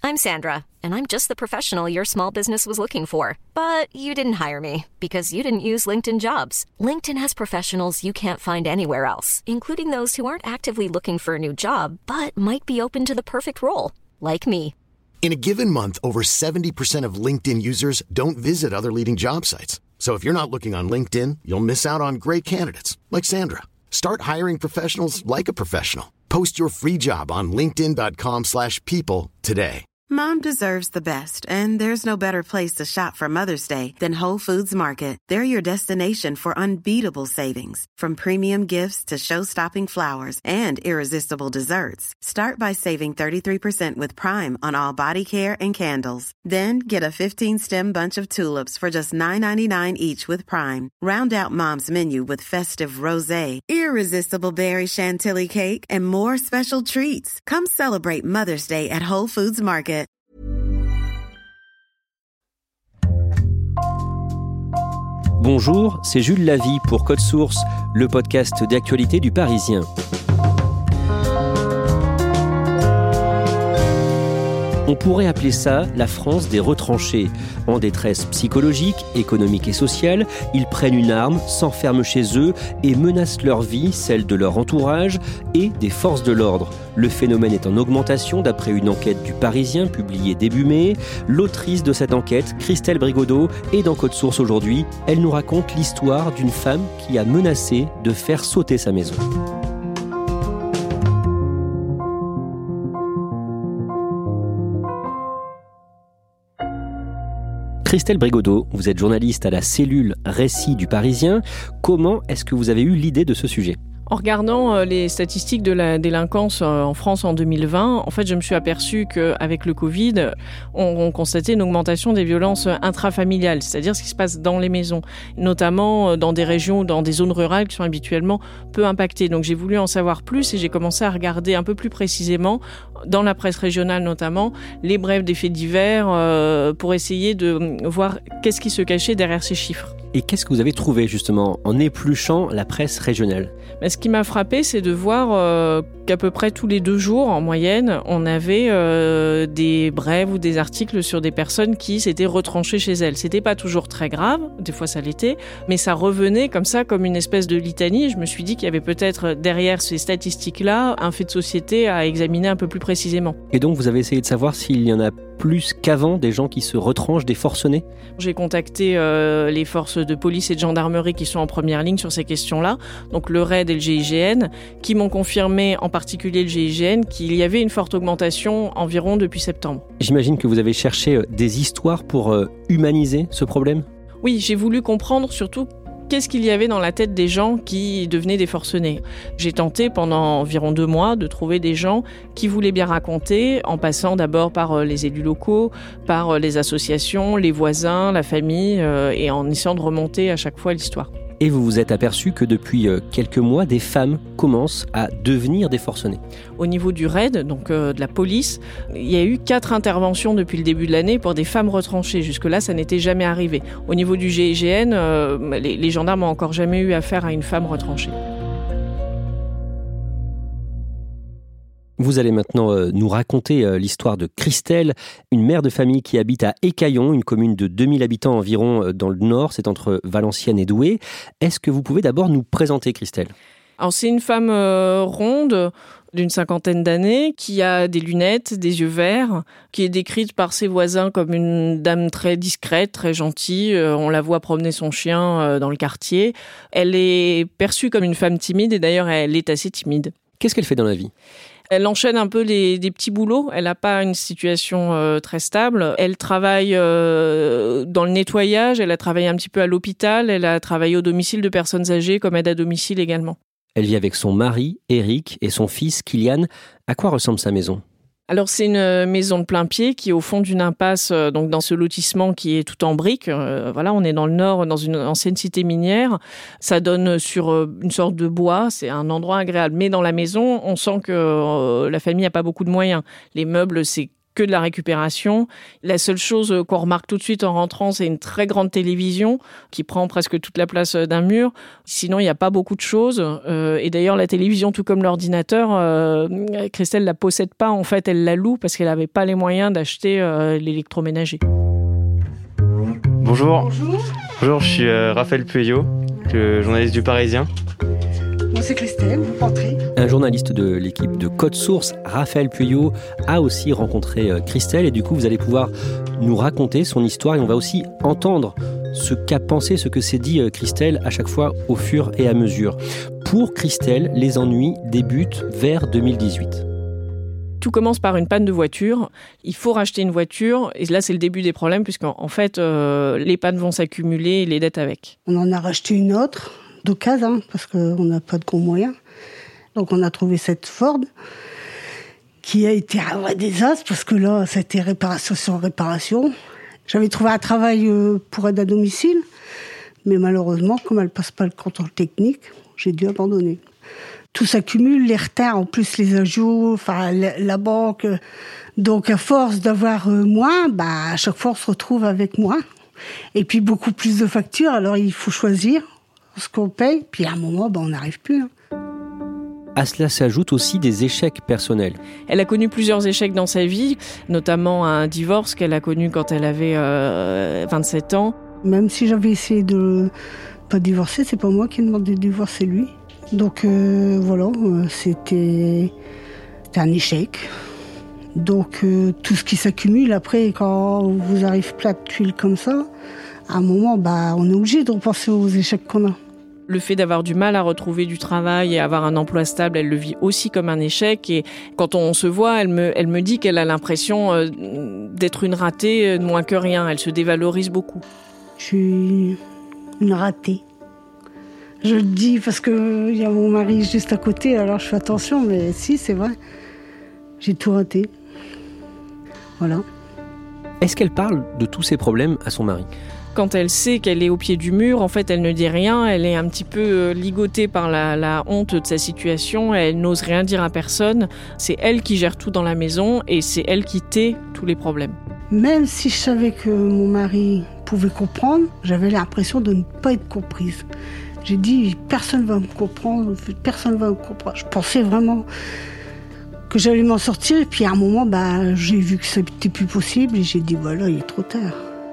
I'm Sandra, and I'm just the professional your small business was looking for. But you didn't hire me because you didn't use LinkedIn Jobs. LinkedIn has professionals you can't find anywhere else, including those who aren't actively looking for a new job, but might be open to the perfect role, like me. In a given month, over 70% of LinkedIn users don't visit other leading job sites. So if you're not looking on LinkedIn, you'll miss out on great candidates like Sandra. Start hiring professionals like a professional. Post your free job on linkedin.com/people today. Mom deserves the best, and there's no better place to shop for Mother's Day than Whole Foods Market. They're your destination for unbeatable savings, from premium gifts to show-stopping flowers and irresistible desserts. Start by saving 33% with Prime on all body care and candles. Then get a 15-stem bunch of tulips for just $9.99 each with Prime. Round out Mom's menu with festive rosé, irresistible berry chantilly cake, and more special treats. Come celebrate Mother's Day at Whole Foods Market. Bonjour, c'est Jules Lavie pour Code Source, le podcast d'actualité du Parisien. On pourrait appeler ça la France des retranchés. En détresse psychologique, économique et sociale, ils prennent une arme, s'enferment chez eux et menacent leur vie, celle de leur entourage et des forces de l'ordre. Le phénomène est en augmentation d'après une enquête du Parisien publiée début mai. L'autrice de cette enquête, Christelle Brigodeau, est dans Code Source aujourd'hui. Elle nous raconte l'histoire d'une femme qui a menacé de faire sauter sa maison. Christelle Brigodeau, vous êtes journaliste à la cellule Récit du Parisien. Comment est-ce que vous avez eu l'idée de ce sujet ? En regardant les statistiques de la délinquance en France en 2020, en fait, je me suis aperçue qu'avec le Covid, on constatait une augmentation des violences intrafamiliales, c'est-à-dire ce qui se passe dans les maisons, notamment dans des régions ou dans des zones rurales qui sont habituellement peu impactées. Donc j'ai voulu en savoir plus et j'ai commencé à regarder un peu plus précisément, dans la presse régionale notamment, les brèves des faits divers pour essayer de voir qu'est-ce qui se cachait derrière ces chiffres. Et qu'est-ce que vous avez trouvé justement en épluchant la presse régionale ? Ce qui m'a frappé, c'est de voir qu'à peu près tous les 2 jours, en moyenne, on avait des brèves ou des articles sur des personnes qui s'étaient retranchées chez elles. C'était pas toujours très grave, des fois ça l'était, mais ça revenait comme ça, comme une espèce de litanie. Je me suis dit qu'il y avait peut-être derrière ces statistiques-là un fait de société à examiner un peu plus précisément. Et donc vous avez essayé de savoir s'il y en a plus qu'avant des gens qui se retranchent, des forcenés ? J'ai contacté les forces de police et de gendarmerie qui sont en première ligne sur ces questions-là, donc le RAID et le GIGN, qui m'ont confirmé, en particulier le GIGN, qu'il y avait une forte augmentation environ depuis septembre. J'imagine que vous avez cherché des histoires pour humaniser ce problème ? Oui, j'ai voulu comprendre surtout qu'est-ce qu'il y avait dans la tête des gens qui devenaient des forcenés. J'ai tenté pendant environ 2 mois de trouver des gens qui voulaient bien raconter, en passant d'abord par les élus locaux, par les associations, les voisins, la famille, et en essayant de remonter à chaque fois l'histoire. Et vous vous êtes aperçu que depuis quelques mois, des femmes commencent à devenir des forcenés. Au niveau du RAID, donc de la police, il y a eu 4 interventions depuis le début de l'année pour des femmes retranchées. Jusque-là, ça n'était jamais arrivé. Au niveau du GIGN, les gendarmes n'ont encore jamais eu affaire à une femme retranchée. Vous allez maintenant nous raconter l'histoire de Christelle, une mère de famille qui habite à Écaillon, une commune de 2000 habitants environ dans le nord, c'est entre Valenciennes et Douai. Est-ce que vous pouvez d'abord nous présenter Christelle ? Alors c'est une femme ronde, d'une 50aine d'années, qui a des lunettes, des yeux verts, qui est décrite par ses voisins comme une dame très discrète, très gentille. On la voit promener son chien dans le quartier. Elle est perçue comme une femme timide et d'ailleurs elle est assez timide. Qu'est-ce qu'elle fait dans la vie ? Elle enchaîne un peu des petits boulots. Elle n'a pas une situation très stable. Elle travaille dans le nettoyage. Elle a travaillé un petit peu à l'hôpital. Elle a travaillé au domicile de personnes âgées comme aide à domicile également. Elle vit avec son mari, Eric, et son fils, Kylian. À quoi ressemble sa maison ? Alors c'est une maison de plein pied qui est au fond d'une impasse, donc dans ce lotissement qui est tout en briques. Voilà, on est dans le nord, dans une ancienne cité minière. Ça donne sur une sorte de bois. C'est un endroit agréable. Mais dans la maison, on sent que la famille n'a pas beaucoup de moyens. Les meubles, c'est que de la récupération. La seule chose qu'on remarque tout de suite en rentrant, c'est une très grande télévision qui prend presque toute la place d'un mur. Sinon, il n'y a pas beaucoup de choses. Et d'ailleurs, la télévision, tout comme l'ordinateur, Christelle la possède pas. En fait, elle la loue parce qu'elle n'avait pas les moyens d'acheter l'électroménager. Bonjour. Bonjour, je suis Raphaël Pueyo, le journaliste du Parisien. Moi, c'est Christelle, entrez. Un journaliste de l'équipe de Code Source, Raphaël Pueyo, a aussi rencontré Christelle et du coup, vous allez pouvoir nous raconter son histoire et on va aussi entendre ce qu'a pensé, ce que s'est dit Christelle à chaque fois au fur et à mesure. Pour Christelle, les ennuis débutent vers 2018. Tout commence par une panne de voiture. Il faut racheter une voiture et là, c'est le début des problèmes puisqu'en fait, les pannes vont s'accumuler et les dettes avec. On en a racheté une autre d'occasion parce qu'on n'a pas de gros moyens. Donc on a trouvé cette Ford qui a été un vrai désastre parce que là, c'était réparation sur réparation. J'avais trouvé un travail pour aide à domicile, mais malheureusement, comme elle passe pas le contrôle technique, j'ai dû abandonner. Tout s'accumule, les retards, en plus les agios, enfin la banque. Donc à force d'avoir moins, à chaque fois on se retrouve avec moins. Et puis beaucoup plus de factures, alors il faut choisir ce qu'on paye, puis à un moment, on n'arrive plus. À cela s'ajoutent aussi des échecs personnels. Elle a connu plusieurs échecs dans sa vie, notamment un divorce qu'elle a connu quand elle avait 27 ans. Même si j'avais essayé de pas divorcer, c'est pas moi qui ai demandé de divorcer, lui. Donc voilà, c'était un échec. Donc tout ce qui s'accumule après, quand vous arrive plat de tuiles comme ça, à un moment, on est obligé de repenser aux échecs qu'on a. Le fait d'avoir du mal à retrouver du travail et avoir un emploi stable, elle le vit aussi comme un échec. Et quand on se voit, elle me dit qu'elle a l'impression d'être une ratée, de moins que rien. Elle se dévalorise beaucoup. Je suis une ratée. Je le dis parce qu'il y a mon mari juste à côté, alors je fais attention, mais si, c'est vrai. J'ai tout raté. Voilà. Est-ce qu'elle parle de tous ces problèmes à son mari ? Quand elle sait qu'elle est au pied du mur, en fait, elle ne dit rien. Elle est un petit peu ligotée par la honte de sa situation. Elle n'ose rien dire à personne. C'est elle qui gère tout dans la maison et c'est elle qui tait tous les problèmes. Même si je savais que mon mari pouvait comprendre, j'avais l'impression de ne pas être comprise. J'ai dit, personne ne va me comprendre, personne ne va me comprendre. Je pensais vraiment que j'allais m'en sortir. Et puis à un moment, j'ai vu que ça n'était plus possible et j'ai dit, voilà, il est trop tard.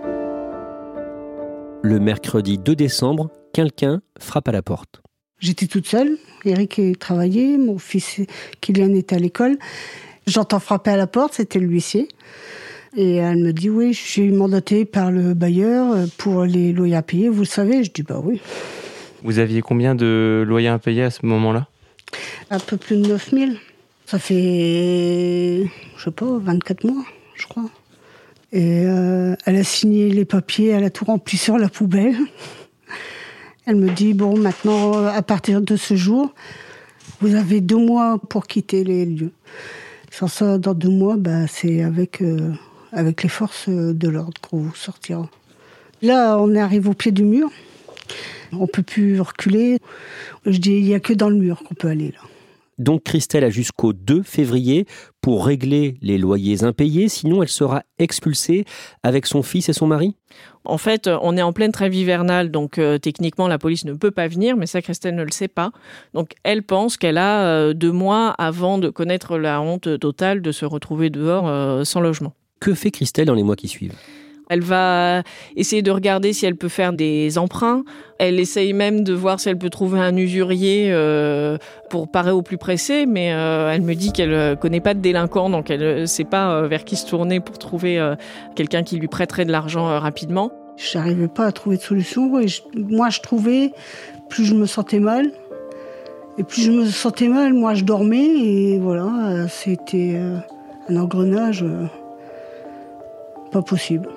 Le mercredi 2 décembre, quelqu'un frappe à la porte. J'étais toute seule. Eric travaillait, mon fils Kylian était à l'école. J'entends frapper à la porte, c'était le huissier. Et elle me dit, oui, je suis mandatée par le bailleur pour les loyers à payer, vous le savez ? Je dis, oui. Vous aviez combien de loyers à payer à ce moment-là ? Un peu plus de 9 000. Ça fait, 24 mois, je crois. Et elle a signé les papiers, elle a tout rempli sur la poubelle. Elle me dit, maintenant, à partir de ce jour, vous avez 2 mois pour quitter les lieux. Sans ça, dans 2 mois, c'est avec les forces de l'ordre qu'on vous sortira. Là, on arrive au pied du mur. On ne peut plus reculer. Je dis, il n'y a que dans le mur qu'on peut aller, là. Donc Christelle a jusqu'au 2 février pour régler les loyers impayés, sinon elle sera expulsée avec son fils et son mari ? En fait, on est en pleine trêve hivernale, donc techniquement la police ne peut pas venir, mais ça Christelle ne le sait pas. Donc elle pense qu'elle a 2 mois avant de connaître la honte totale de se retrouver dehors sans logement. Que fait Christelle dans les mois qui suivent ? Elle va essayer de regarder si elle peut faire des emprunts. Elle essaye même de voir si elle peut trouver un usurier pour parer au plus pressé, mais elle me dit qu'elle connaît pas de délinquants, donc elle ne sait pas vers qui se tourner pour trouver quelqu'un qui lui prêterait de l'argent rapidement. Je n'arrivais pas à trouver de solution. Et moi, je trouvais, plus je me sentais mal. Et plus je me sentais mal, moi, je dormais. Et voilà, c'était un engrenage pas possible.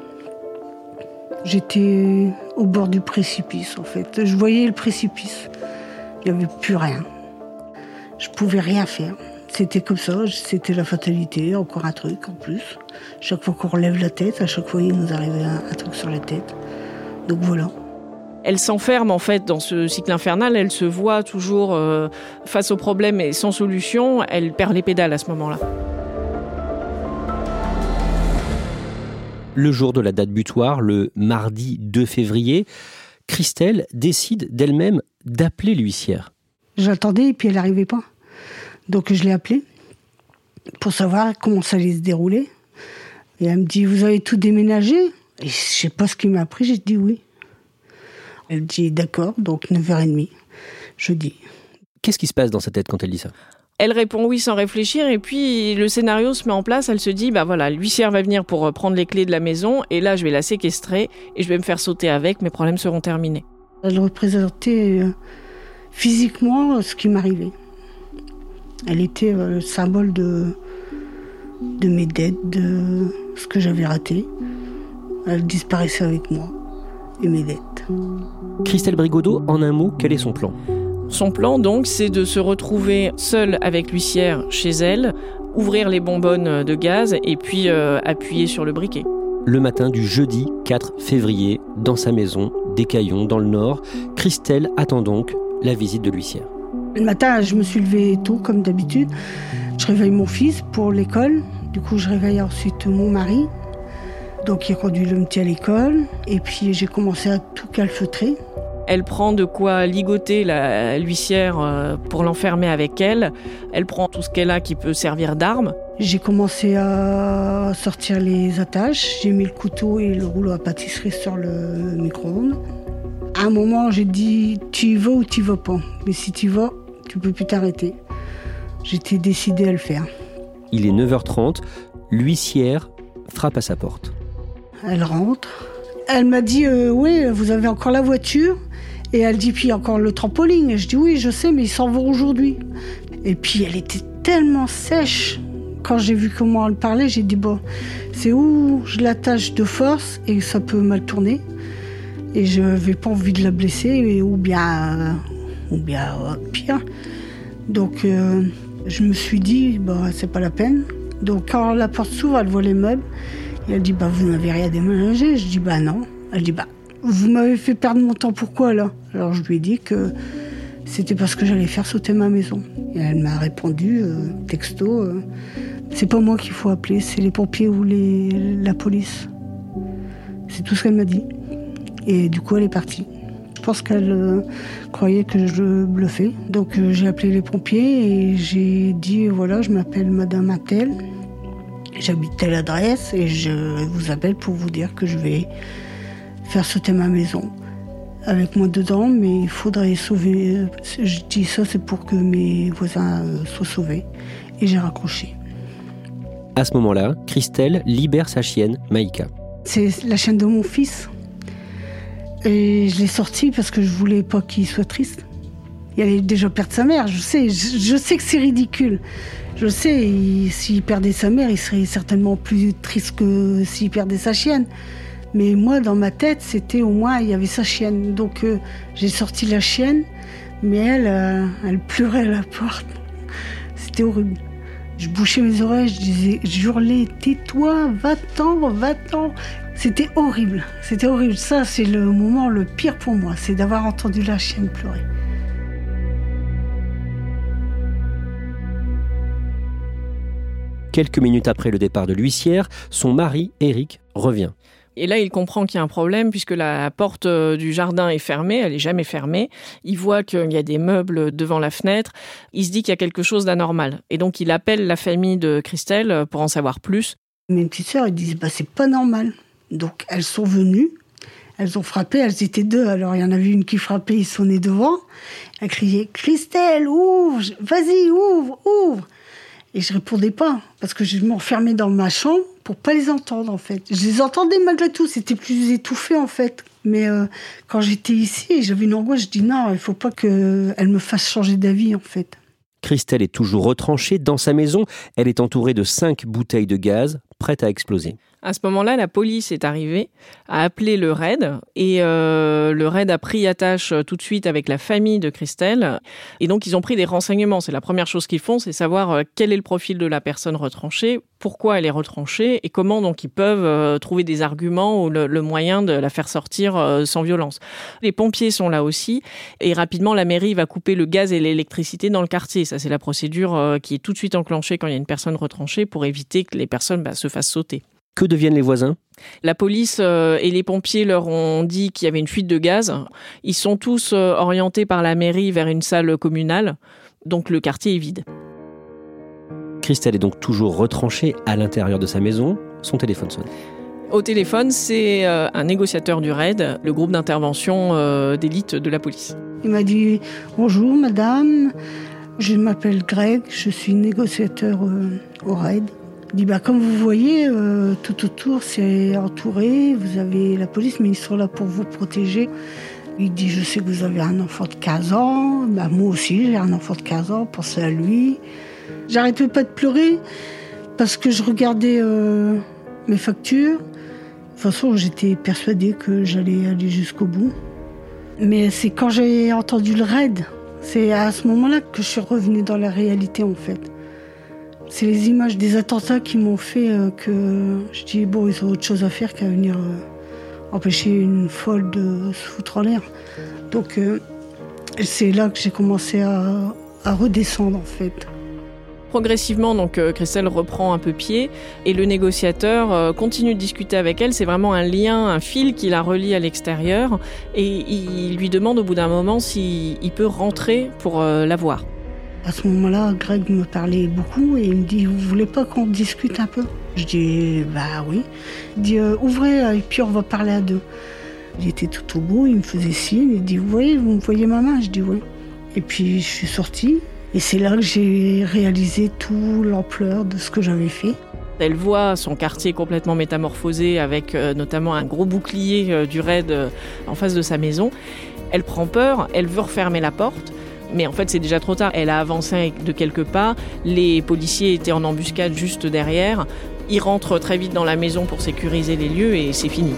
J'étais au bord du précipice, en fait. Je voyais le précipice. Il n'y avait plus rien. Je ne pouvais rien faire. C'était comme ça, c'était la fatalité, encore un truc en plus. Chaque fois qu'on relève la tête, à chaque fois il nous arrivait un truc sur la tête. Donc voilà. Elle s'enferme en fait dans ce cycle infernal, elle se voit toujours face aux problèmes et sans solution, elle perd les pédales à ce moment-là. Le jour de la date butoir, le mardi 2 février, Christelle décide d'elle-même d'appeler l'huissière. J'attendais et puis elle n'arrivait pas. Donc je l'ai appelée pour savoir comment ça allait se dérouler. Et elle me dit, vous avez tout déménagé ? Et je ne sais pas ce qui m'a appris, j'ai dit oui. Elle dit d'accord, donc 9h30, jeudi. Qu'est-ce qui se passe dans sa tête quand elle dit ça ? Elle répond oui sans réfléchir et puis le scénario se met en place. Elle se dit, l'huissière va venir pour prendre les clés de la maison et là je vais la séquestrer et je vais me faire sauter avec, mes problèmes seront terminés. Elle représentait physiquement ce qui m'arrivait. Elle était le symbole de mes dettes, de ce que j'avais raté. Elle disparaissait avec moi et mes dettes. Christelle Brigodeau, en un mot, quel est son plan ? Son plan, donc, c'est de se retrouver seule avec l'huissière chez elle, ouvrir les bonbonnes de gaz et puis appuyer sur le briquet. Le matin du jeudi 4 février, dans sa maison d'Écaillon, dans le Nord, Christelle attend donc la visite de l'huissière. Le matin, je me suis levée tôt, comme d'habitude. Je réveille mon fils pour l'école. Du coup, je réveille ensuite mon mari. Donc, il conduit le petit à l'école. Et puis, j'ai commencé à tout calfeutrer. Elle prend de quoi ligoter l'huissière pour l'enfermer avec elle. Elle prend tout ce qu'elle a qui peut servir d'arme. J'ai commencé à sortir les attaches. J'ai mis le couteau et le rouleau à pâtisserie sur le micro-ondes. À un moment, j'ai dit « tu y vas ou tu y vas pas ?» Mais si tu y vas, tu peux plus t'arrêter. J'étais décidée à le faire. Il est 9h30, l'huissière frappe à sa porte. Elle rentre. Elle m'a dit oui, vous avez encore la voiture ? Et elle dit, puis encore le trampoline. Et je dis, oui, je sais, mais ils s'en vont aujourd'hui. Et puis, elle était tellement sèche. Quand j'ai vu comment elle parlait, j'ai dit, bon, c'est où je l'attache de force et ça peut mal tourner. Et je n'avais pas envie de la blesser, ou bien pire. Donc, je me suis dit, c'est pas la peine. Donc, quand la porte s'ouvre, elle voit les meubles. Et elle dit, vous n'avez rien déménagé ? Je dis, non. Elle dit, vous m'avez fait perdre mon temps, pourquoi là ? Alors je lui ai dit que c'était parce que j'allais faire sauter ma maison. Et elle m'a répondu, texto, c'est pas moi qu'il faut appeler, c'est les pompiers ou la police. C'est tout ce qu'elle m'a dit. Et du coup, elle est partie. Je pense qu'elle croyait que je bluffais. Donc j'ai appelé les pompiers et j'ai dit, voilà, je m'appelle Madame Attel, j'habite telle adresse et je vous appelle pour vous dire que je vais faire sauter ma maison avec moi dedans, mais il faudrait sauver. Je dis ça, c'est pour que mes voisins soient sauvés. Et j'ai raccroché. À ce moment-là, Christelle libère sa chienne, Maïka. C'est la chienne de mon fils. Et je l'ai sortie parce que je voulais pas qu'il soit triste. Il allait déjà perdre sa mère, je sais que c'est ridicule. Je sais, s'il perdait sa mère, il serait certainement plus triste que s'il perdait sa chienne. Mais moi, dans ma tête, c'était au moins, il y avait sa chienne. Donc, j'ai sorti la chienne, mais elle pleurait à la porte. C'était horrible. Je bouchais mes oreilles, je hurlais, tais-toi, va-t'en. C'était horrible. Ça, c'est le moment le pire pour moi, c'est d'avoir entendu la chienne pleurer. Quelques minutes après le départ de l'huissière, son mari, Éric, revient. Et là, il comprend qu'il y a un problème puisque la porte du jardin est fermée, elle n'est jamais fermée. Il voit qu'il y a des meubles devant la fenêtre. Il se dit qu'il y a quelque chose d'anormal. Et donc, il appelle la famille de Christelle pour en savoir plus. Mes petites sœurs, elles disent, c'est pas normal. Donc, elles sont venues, elles ont frappé, elles étaient deux. Alors, il y en avait une qui frappait, ils sont nés devant. Elle criait, Christelle, ouvre, vas-y, ouvre. Et je répondais pas, parce que je m'enfermais dans ma chambre pour pas les entendre, en fait. Je les entendais malgré tout, c'était plus étouffé, en fait. Mais quand j'étais ici, j'avais une angoisse, je dis non, il faut pas qu'elle me fasse changer d'avis, en fait. Christelle est toujours retranchée dans sa maison. Elle est entourée de 5 bouteilles de gaz, prêtes à exploser. À ce moment-là, la police est arrivée, a appelé le RAID et le RAID a pris attache tout de suite avec la famille de Christelle. Et donc, ils ont pris des renseignements. C'est la première chose qu'ils font, c'est savoir quel est le profil de la personne retranchée, pourquoi elle est retranchée et comment donc ils peuvent trouver des arguments ou le moyen de la faire sortir sans violence. Les pompiers sont là aussi et rapidement, la mairie va couper le gaz et l'électricité dans le quartier. Ça, c'est la procédure qui est tout de suite enclenchée quand il y a une personne retranchée pour éviter que les personnes se fassent sauter. Que deviennent les voisins ? La police et les pompiers leur ont dit qu'il y avait une fuite de gaz. Ils sont tous orientés par la mairie vers une salle communale. Donc le quartier est vide. Christelle est donc toujours retranchée à l'intérieur de sa maison. Son téléphone sonne. Au téléphone, c'est un négociateur du RAID, le groupe d'intervention d'élite de la police. Il m'a dit « Bonjour madame, je m'appelle Greg, je suis négociateur au RAID. » Il dit comme vous voyez, tout autour c'est entouré, vous avez la police, mais ils sont là pour vous protéger. Il dit je sais que vous avez un enfant de 15 ans, moi aussi j'ai un enfant de 15 ans, pensez à lui. J'arrêtais pas de pleurer parce que je regardais mes factures. De toute façon, j'étais persuadée que j'allais aller jusqu'au bout. Mais c'est quand j'ai entendu le RAID, c'est à ce moment-là que je suis revenue dans la réalité en fait. C'est les images des attentats qui m'ont fait que je dis ils ont autre chose à faire qu'à venir empêcher une folle de se foutre en l'air. Donc c'est là que j'ai commencé à redescendre en fait. Progressivement, donc Christelle reprend un peu pied et le négociateur continue de discuter avec elle. C'est vraiment un lien, un fil qui la relie à l'extérieur et il lui demande au bout d'un moment s'il peut rentrer pour la voir. À ce moment-là, Greg me parlait beaucoup et il me dit « Vous voulez pas qu'on discute un peu ?» Je dis « oui ». Il dit « Ouvrez et puis on va parler à deux ». Il était tout au bout, il me faisait signe, il dit « vous me voyez ma main ?» Je dis « oui ». Et puis je suis sortie et c'est là que j'ai réalisé toute l'ampleur de ce que j'avais fait. Elle voit son quartier complètement métamorphosé avec notamment un gros bouclier du RAID en face de sa maison. Elle prend peur, elle veut refermer la porte. Mais en fait, c'est déjà trop tard. Elle a avancé de quelques pas. Les policiers étaient en embuscade juste derrière. Ils rentrent très vite dans la maison pour sécuriser les lieux et c'est fini.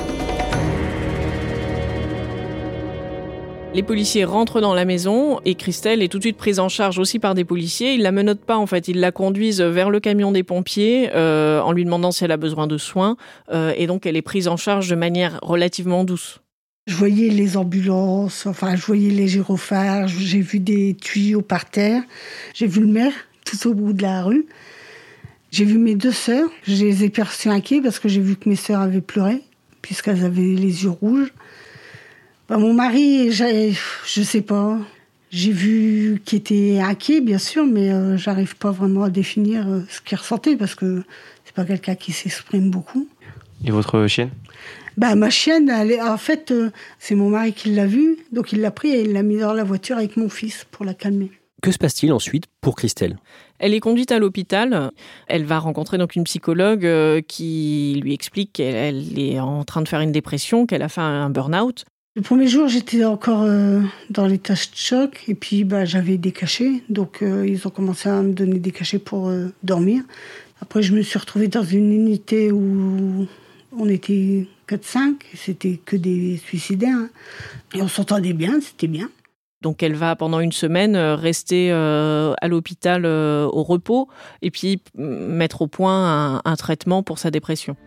Les policiers rentrent dans la maison et Christelle est tout de suite prise en charge aussi par des policiers. Ils la menottent pas en fait, ils la conduisent vers le camion des pompiers en lui demandant si elle a besoin de soins. Et donc elle est prise en charge de manière relativement douce. Je voyais les ambulances, je voyais les gyrophares, j'ai vu des tuyaux par terre, j'ai vu le maire tout au bout de la rue. J'ai vu mes deux sœurs, je les ai perçues inquiets parce que j'ai vu que mes sœurs avaient pleuré, puisqu'elles avaient les yeux rouges. Mon mari, je sais pas, j'ai vu qu'il était inquiet bien sûr, mais j'arrive pas vraiment à définir ce qu'il ressentait parce que c'est pas quelqu'un qui s'exprime beaucoup. Et votre chienne ? Ma chienne, c'est mon mari qui l'a vue, donc il l'a pris et il l'a mis dans la voiture avec mon fils pour la calmer. Que se passe-t-il ensuite pour Christelle ? Elle est conduite à l'hôpital. Elle va rencontrer donc une psychologue qui lui explique qu'elle est en train de faire une dépression, qu'elle a fait un burn-out. Le premier jour, j'étais encore dans l'état de choc et puis j'avais des cachets, donc ils ont commencé à me donner des cachets pour dormir. Après, je me suis retrouvée dans une unité où on était 4-5, et c'était que des suicidaires. Et on s'entendait bien, c'était bien. Donc elle va pendant une semaine rester à l'hôpital au repos et puis mettre au point un traitement pour sa dépression.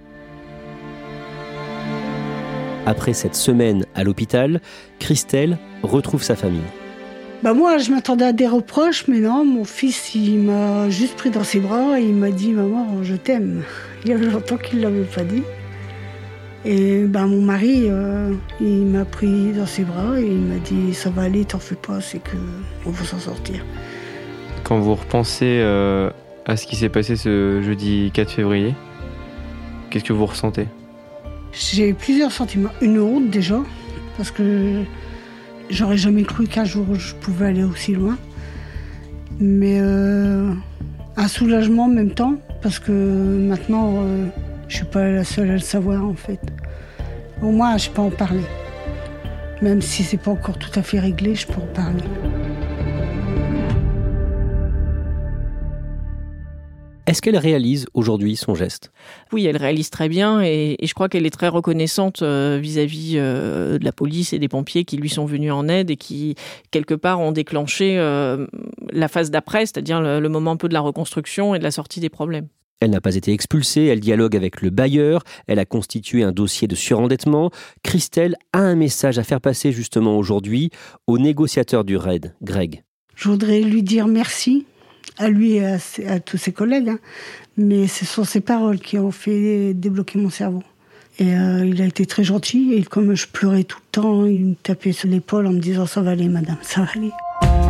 Après cette semaine à l'hôpital, Christelle retrouve sa famille. Moi, je m'attendais à des reproches, mais non, mon fils, il m'a juste pris dans ses bras et il m'a dit « Maman, je t'aime ». Il y avait longtemps qu'il ne l'avait pas dit. Et mon mari, il m'a pris dans ses bras et il m'a dit « Ça va aller, t'en fais pas, c'est qu'on va s'en sortir ». Quand vous repensez à ce qui s'est passé ce jeudi 4 février, qu'est-ce que vous ressentez ? J'ai plusieurs sentiments. Une honte déjà, parce que j'aurais jamais cru qu'un jour je pouvais aller aussi loin. Mais un soulagement en même temps, parce que maintenant, je suis pas la seule à le savoir en fait. Au moins, je peux en parler. Même si c'est pas encore tout à fait réglé, je peux en parler. Est-ce qu'elle réalise aujourd'hui son geste ? Oui, elle réalise très bien et je crois qu'elle est très reconnaissante vis-à-vis de la police et des pompiers qui lui sont venus en aide et qui, quelque part, ont déclenché la phase d'après, c'est-à-dire le moment un peu de la reconstruction et de la sortie des problèmes. Elle n'a pas été expulsée, elle dialogue avec le bailleur, elle a constitué un dossier de surendettement. Christelle a un message à faire passer justement aujourd'hui au négociateur du RAID, Greg. Je voudrais lui dire merci à lui et à tous ses collègues, hein. Mais ce sont ses paroles qui ont fait débloquer mon cerveau. Et il a été très gentil, et comme je pleurais tout le temps, il me tapait sur l'épaule en me disant « ça va aller, madame, ça va aller ».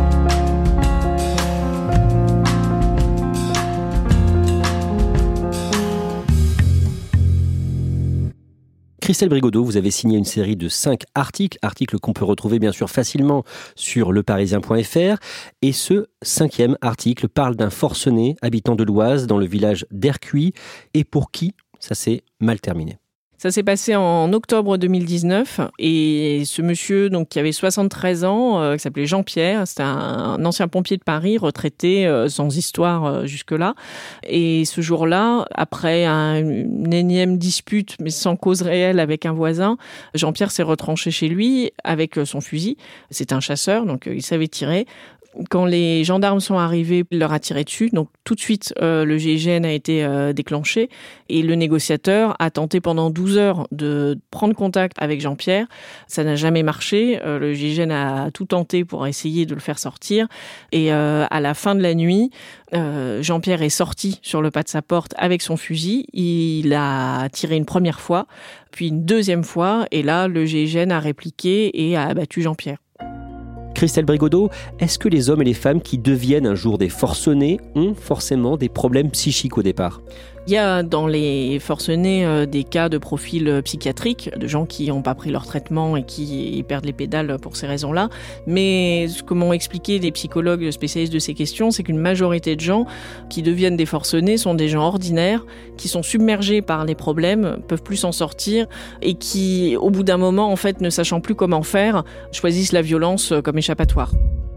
Christelle Brigodeau, vous avez signé une série de 5 articles qu'on peut retrouver bien sûr facilement sur leparisien.fr. Et ce 5e article parle d'un forcené habitant de l'Oise dans le village d'Ercuis et pour qui ça s'est mal terminé. Ça s'est passé en octobre 2019 et ce monsieur donc qui avait 73 ans, qui s'appelait Jean-Pierre, c'était un ancien pompier de Paris, retraité, sans histoire jusque-là. Et ce jour-là, après une énième dispute, mais sans cause réelle avec un voisin, Jean-Pierre s'est retranché chez lui avec son fusil. C'était un chasseur, donc il savait tirer. Quand les gendarmes sont arrivés, il leur a tiré dessus. Donc tout de suite, le GIGN a été déclenché et le négociateur a tenté pendant 12 heures de prendre contact avec Jean-Pierre. Ça n'a jamais marché. Le GIGN a tout tenté pour essayer de le faire sortir. Et à la fin de la nuit, Jean-Pierre est sorti sur le pas de sa porte avec son fusil. Il a tiré une première fois, puis une deuxième fois. Et là, le GIGN a répliqué et a abattu Jean-Pierre. Christelle Brigodeau, est-ce que les hommes et les femmes qui deviennent un jour des forcenés ont forcément des problèmes psychiques au départ ? Il y a dans les forcenés des cas de profil psychiatrique, de gens qui n'ont pas pris leur traitement et qui perdent les pédales pour ces raisons-là. Mais ce que m'ont expliqué des psychologues spécialistes de ces questions, c'est qu'une majorité de gens qui deviennent des forcenés sont des gens ordinaires, qui sont submergés par les problèmes, peuvent plus s'en sortir et qui, au bout d'un moment, en fait, ne sachant plus comment faire, choisissent la violence comme échappatoire.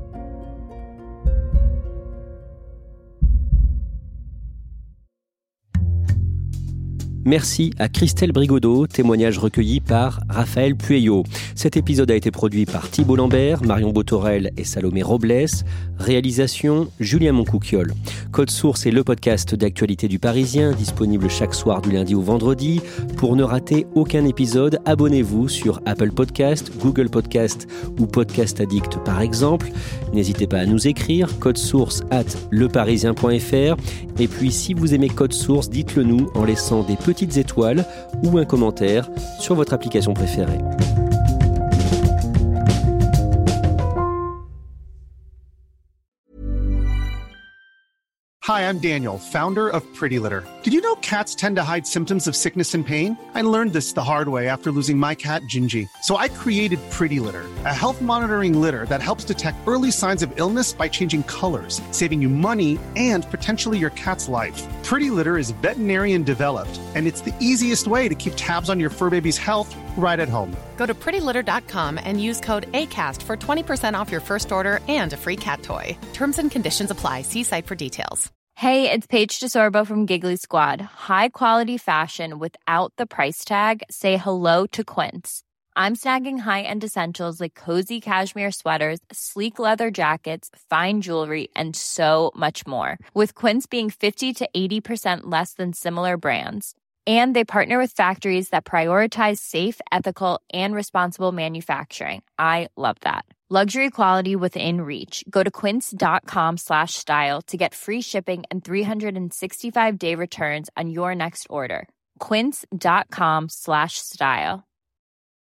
Merci à Christelle Brigodeau, témoignage recueilli par Raphaël Pueyo. Cet épisode a été produit par Thibault Lambert, Marion Botorel et Salomé Robles. Réalisation, Julien Moncouquiol. Code Source est le podcast d'actualité du Parisien, disponible chaque soir du lundi au vendredi. Pour ne rater aucun épisode, abonnez-vous sur Apple Podcast, Google Podcast ou Podcast Addict par exemple. N'hésitez pas à nous écrire, codesource@leparisien.fr. Et puis si vous aimez Code Source, dites-le nous en laissant des petites étoiles ou un commentaire sur votre application préférée. Hi, I'm Daniel, founder of Pretty Litter. Did you know cats tend to hide symptoms of sickness and pain? I learned this the hard way after losing my cat, Gingy. So I created Pretty Litter, a health monitoring litter that helps detect early signs of illness by changing colors, saving you money and potentially your cat's life. Pretty Litter is veterinarian developed, and it's the easiest way to keep tabs on your fur baby's health right at home. Go to prettylitter.com and use code ACAST for 20% off your first order and a free cat toy. Terms and conditions apply. See site for details. Hey, it's Paige DeSorbo from Giggly Squad. High quality fashion without the price tag. Say hello to Quince. I'm snagging high-end essentials like cozy cashmere sweaters, sleek leather jackets, fine jewelry, and so much more. With Quince being 50 to 80% less than similar brands. And they partner with factories that prioritize safe, ethical, and responsible manufacturing. I love that. Luxury quality within reach. Go to quince.com/style to get free shipping and 365-day returns on your next order. Quince.com/style.